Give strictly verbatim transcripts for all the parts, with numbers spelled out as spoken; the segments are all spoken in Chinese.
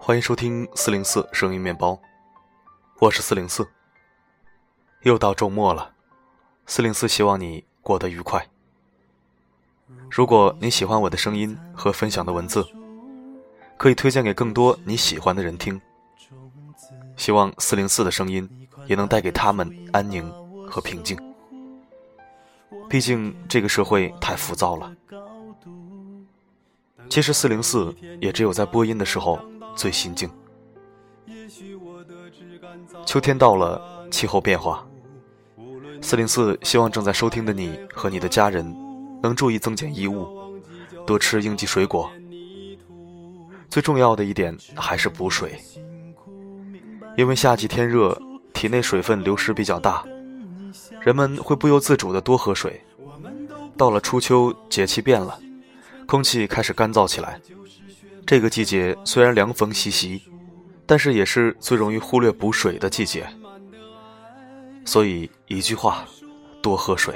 欢迎收听四零四声音面包，我是四零四。又到周末了，四零四希望你过得愉快。如果你喜欢我的声音和分享的文字，可以推荐给更多你喜欢的人听。希望四零四的声音也能带给他们安宁和平静。毕竟这个社会太浮躁了。其实四零四也只有在播音的时候最心静。秋天到了，气候变化，四零四希望正在收听的你和你的家人能注意增减衣物，多吃应季水果。最重要的一点还是补水，因为夏季天热，体内水分流失比较大，人们会不由自主地多喝水。到了初秋，节气变了，空气开始干燥起来。这个季节虽然凉风习习，但是也是最容易忽略补水的季节。所以一句话，多喝水。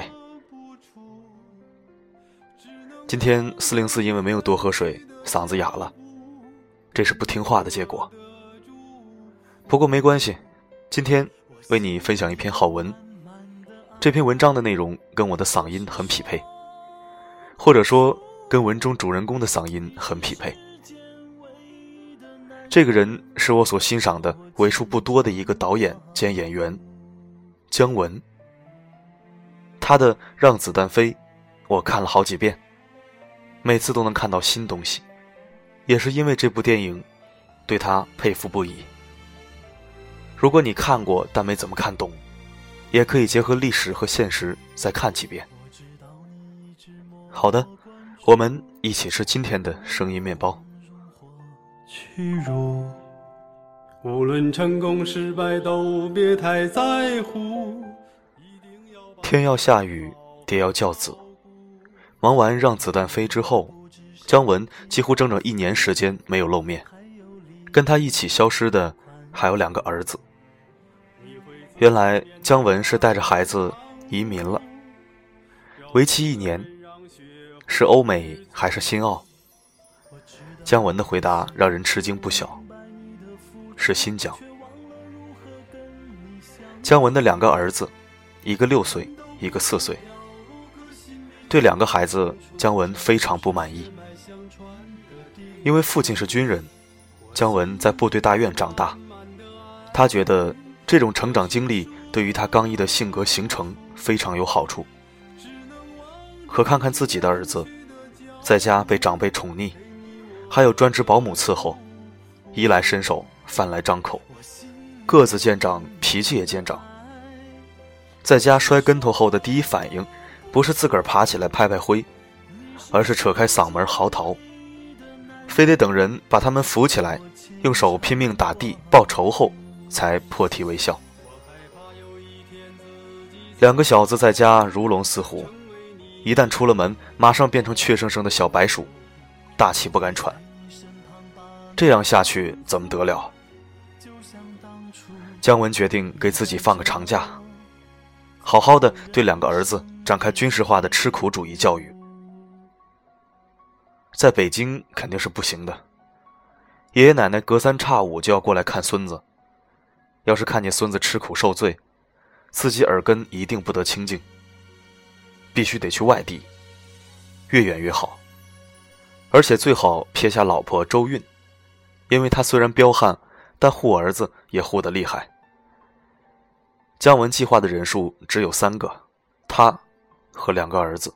今天四零四因为没有多喝水，嗓子哑了，这是不听话的结果。不过没关系，今天为你分享一篇好文。这篇文章的内容跟我的嗓音很匹配，或者说跟文中主人公的嗓音很匹配。这个人是我所欣赏的为数不多的一个导演兼演员，姜文。他的《让子弹飞》我看了好几遍，每次都能看到新东西，也是因为这部电影对他佩服不已。如果你看过但没怎么看懂，也可以结合历史和现实再看几遍。好的，我们一起吃今天的声音面包。 屈辱，无论成功失败都别太在乎。 天要下雨，爹要教子。忙完让子弹飞之后，姜文几乎整整一年时间没有露面，跟他一起消失的还有两个儿子。原来姜文是带着孩子移民了，为期一年，是欧美还是新澳？姜文的回答让人吃惊不小，是新疆。姜文的两个儿子，一个六岁，一个四岁。对两个孩子，姜文非常不满意，因为父亲是军人，姜文在部队大院长大，他觉得这种成长经历对于他刚毅的性格形成非常有好处。可看看自己的儿子，在家被长辈宠溺，还有专职保姆伺候，衣来伸手，饭来张口，个子见长，脾气也见长。在家摔跟头后的第一反应，不是自个儿爬起来拍拍灰，而是扯开嗓门嚎啕，非得等人把他们扶起来，用手拼命打地报仇后，才破涕为笑。两个小子在家如龙似虎，一旦出了门，马上变成怯生生的小白鼠，大气不敢喘。这样下去怎么得了？姜文决定给自己放个长假，好好的对两个儿子展开军事化的吃苦主义教育。在北京肯定是不行的，爷爷奶奶隔三差五就要过来看孙子，要是看见孙子吃苦受罪，自己耳根一定不得清净，必须得去外地，越远越好。而且最好撇下老婆周韵，因为她虽然彪悍，但护儿子也护得厉害。姜文计划的人数只有三个，他和两个儿子。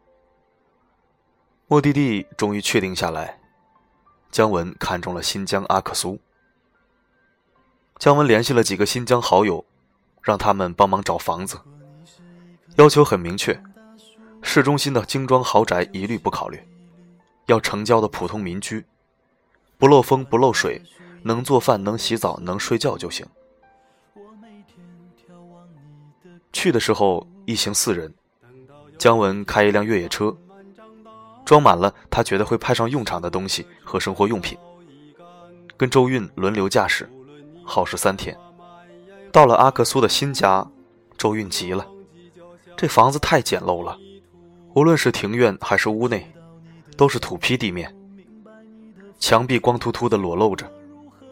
目的地终于确定下来，姜文看中了新疆阿克苏。姜文联系了几个新疆好友，让他们帮忙找房子，要求很明确，市中心的精装豪宅一律不考虑，要城郊的普通民居，不漏风不漏水，能做饭能洗澡能睡觉就行。去的时候一行四人，姜文开一辆越野车，装满了他觉得会派上用场的东西和生活用品，跟周韵轮流驾驶，耗时三天。到了阿克苏的新家，周韵急了，这房子太简陋了，无论是庭院还是屋内，都是土坯地面，墙壁光秃秃的裸露着，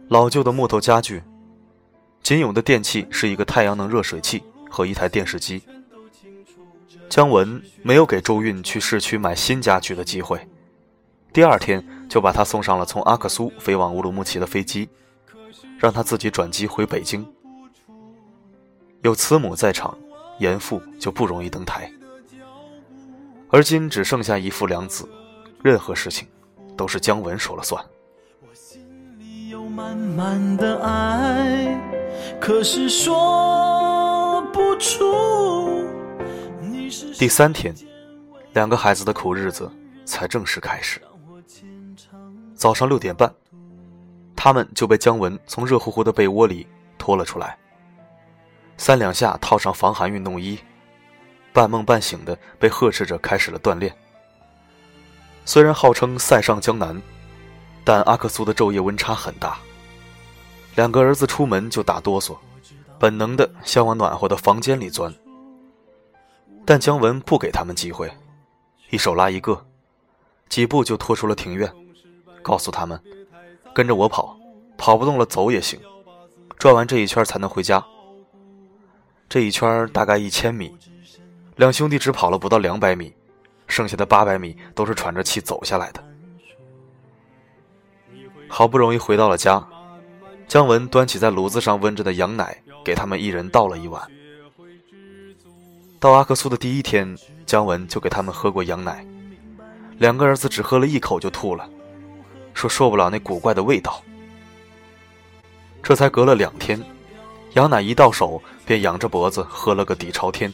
老旧的木头家具，仅有的电器是一个太阳能热水器和一台电视机。姜文没有给周韵去市区买新家具的机会，第二天就把她送上了从阿克苏飞往乌鲁木齐的飞机，让她自己转机回北京。有慈母在场，严父就不容易登台。而今只剩下一父两子，任何事情都是姜文说了算。 我心里有满满的爱，可是说不出。 第三天，两个孩子的苦日子才正式开始。早上六点半，他们就被姜文从热乎乎的被窝里拖了出来，三两下套上防寒运动衣，半梦半醒的被呵斥着开始了锻炼。虽然号称塞上江南，但阿克苏的昼夜温差很大，两个儿子出门就打哆嗦，本能的想往暖和的房间里钻。但姜文不给他们机会，一手拉一个，几步就拖出了庭院，告诉他们跟着我跑，跑不动了走也行，转完这一圈才能回家。这一圈大概一千米，两兄弟只跑了不到两百米，剩下的八百米都是喘着气走下来的。好不容易回到了家，姜文端起在炉子上温着的羊奶，给他们一人倒了一碗。到阿克苏的第一天，姜文就给他们喝过羊奶，两个儿子只喝了一口就吐了，说受不了那古怪的味道。这才隔了两天，羊奶一到手便仰着脖子喝了个底朝天。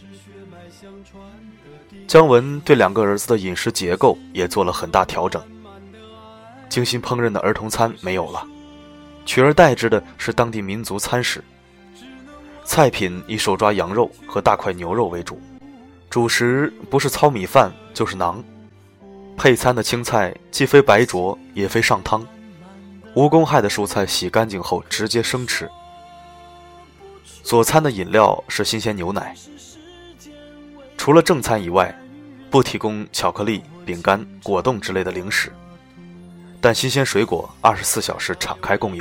姜文对两个儿子的饮食结构也做了很大调整，精心烹饪的儿童餐没有了，取而代之的是当地民族餐食。菜品以手抓羊肉和大块牛肉为主，主食不是糙米饭就是馕，配餐的青菜既非白灼也非上汤，无公害的蔬菜洗干净后直接生吃。佐餐的饮料是新鲜牛奶。除了正餐以外，不提供巧克力、饼干、果冻之类的零食，但新鲜水果二十四小时敞开供应。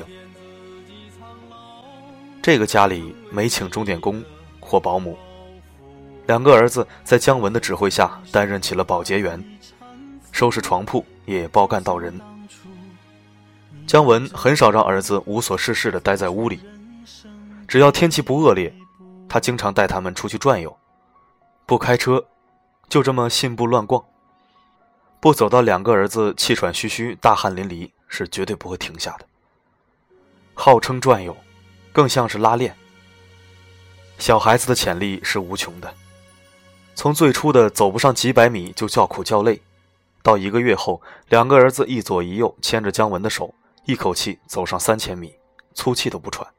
这个家里没请钟点工或保姆，两个儿子在姜文的指挥下担任起了保洁员，收拾床铺也包干到人。姜文很少让儿子无所事事地待在屋里，只要天气不恶劣，他经常带他们出去转悠，不开车，就这么信步乱逛，不走到两个儿子气喘吁吁、大汗淋漓是绝对不会停下的。号称转悠，更像是拉练。小孩子的潜力是无穷的，从最初的走不上几百米就叫苦叫累，到一个月后，两个儿子一左一右牵着姜文的手，一口气走上三千米，粗气都不喘。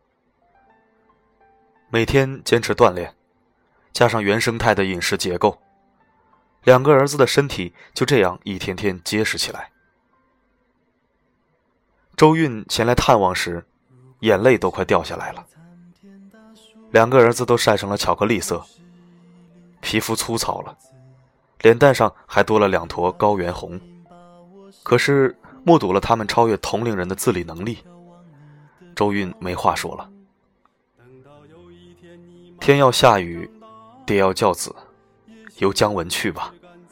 每天坚持锻炼，加上原生态的饮食结构，两个儿子的身体就这样一天天结实起来。周韵前来探望时，眼泪都快掉下来了。两个儿子都晒成了巧克力色，皮肤粗糙了，脸蛋上还多了两坨高原红。可是目睹了他们超越同龄人的自理能力，周韵没话说了。天要下雨，爹要教子，由姜文去吧。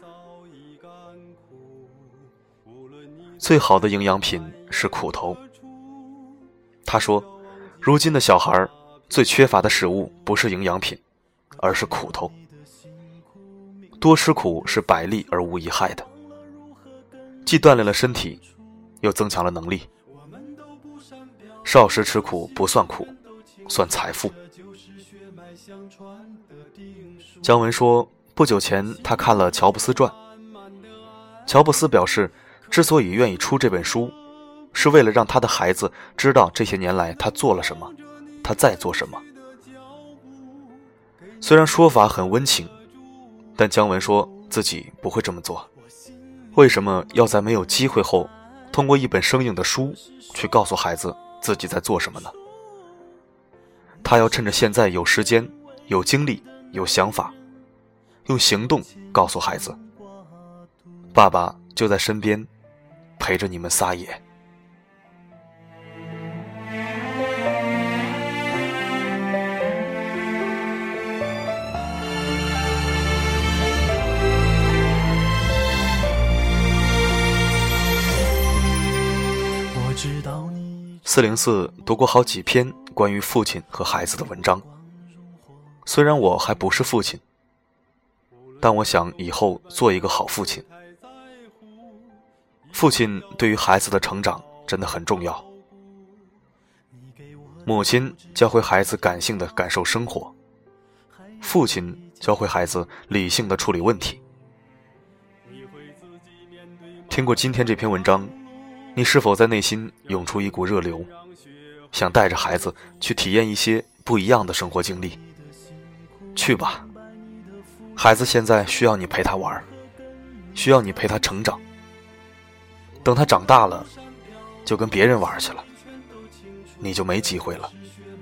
最好的营养品是苦头。他说，如今的小孩最缺乏的食物不是营养品，而是苦头。多吃苦是百利而无一害的，既锻炼了身体，又增强了能力。少时吃苦不算苦，算财富。姜文说，不久前他看了乔布斯传。乔布斯表示，之所以愿意出这本书，是为了让他的孩子知道这些年来他做了什么，他在做什么。虽然说法很温情，但姜文说自己不会这么做。为什么要在没有机会后，通过一本生硬的书去告诉孩子自己在做什么呢？他要趁着现在有时间、有精力、有想法，用行动告诉孩子，爸爸就在身边，陪着你们撒野。 四零四读过好几篇关于父亲和孩子的文章，虽然我还不是父亲，但我想以后做一个好父亲。父亲对于孩子的成长真的很重要。母亲教会孩子感性的感受生活，父亲教会孩子理性的处理问题。听过今天这篇文章，你是否在内心涌出一股热流，想带着孩子去体验一些不一样的生活经历？去吧，孩子现在需要你陪他玩，需要你陪他成长。等他长大了，就跟别人玩去了，你就没机会了。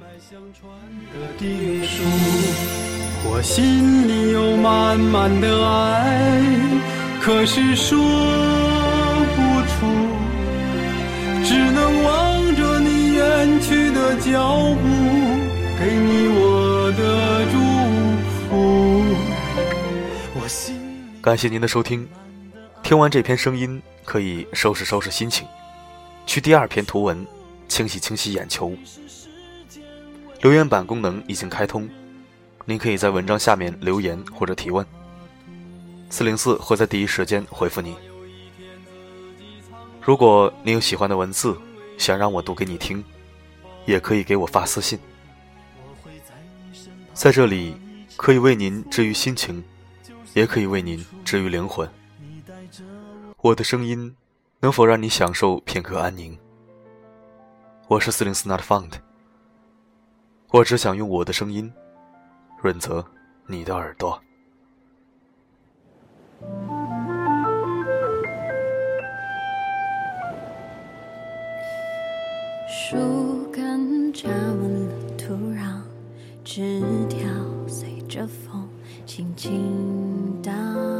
我心里有满满的爱，可是说不出，只能望着你远去的脚步，给你我的祝福。我心感谢您的收听，听完这篇声音，可以收拾收拾心情，去第二篇图文清洗清洗眼球。留言板功能已经开通，您可以在文章下面留言或者提问，四零四会在第一时间回复你。如果你有喜欢的文字想让我读给你听，也可以给我发私信，在这里可以为您治愈心情，也可以为您治愈灵魂。我的声音能否让你享受片刻安宁？我是四零四 Not Found， 我只想用我的声音润泽你的耳朵。 树根扎稳了土壤，枝条随着风轻轻荡，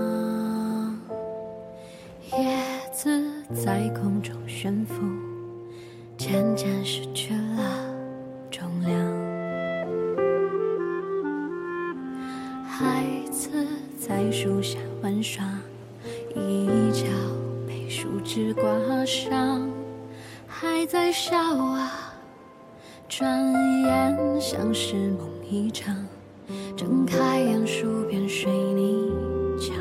叶子在空中悬浮，渐渐失去了重量。孩子在树下玩耍，一角被树枝刮伤，还在笑啊，转眼像是梦一场，睁开眼数遍水泥墙。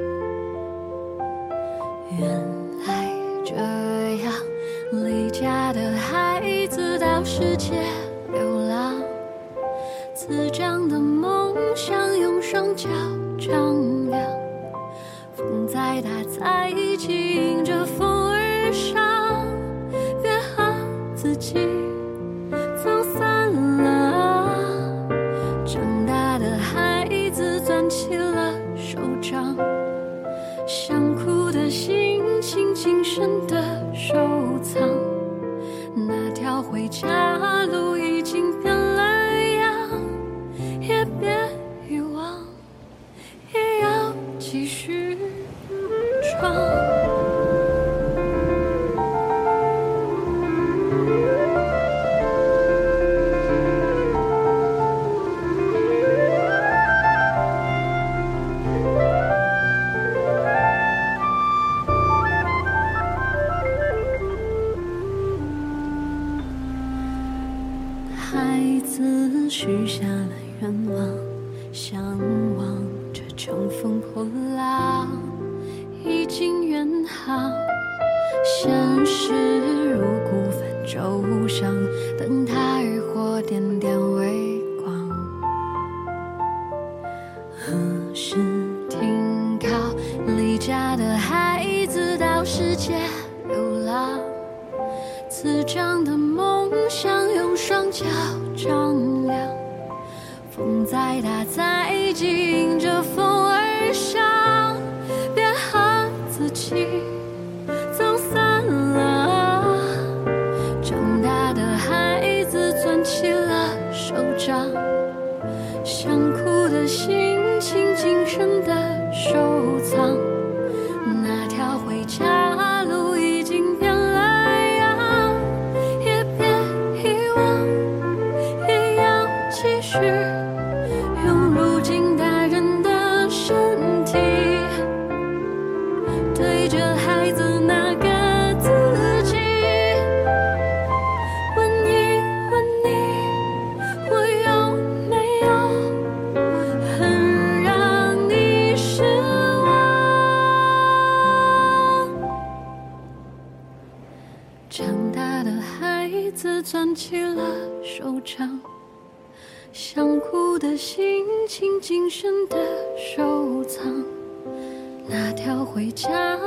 原来这样，离家的孩子到世界流浪，滋长的梦想用双脚丈量，风再大再急迎着风而上，别和自己走散了。长大的孩子攥起了手掌，想哭的心情谨慎的收藏，那条回家路已经变了样，也别遗忘，也要继续闯。孩子许下了愿望，向往着乘风破浪，已经远航。现实如孤帆舟上，灯塔渔火点点微光。何时停靠？离家的孩子到世界流浪，滋长的梦想用双脚丈量，风再大再急迎着风而上，别和自己走散了。长大的孩子攥起了手掌，想哭的心情谨慎的收藏，那条回家路已经变了样，也别遗忘，也要继续用如今大人的生的收藏，那条回家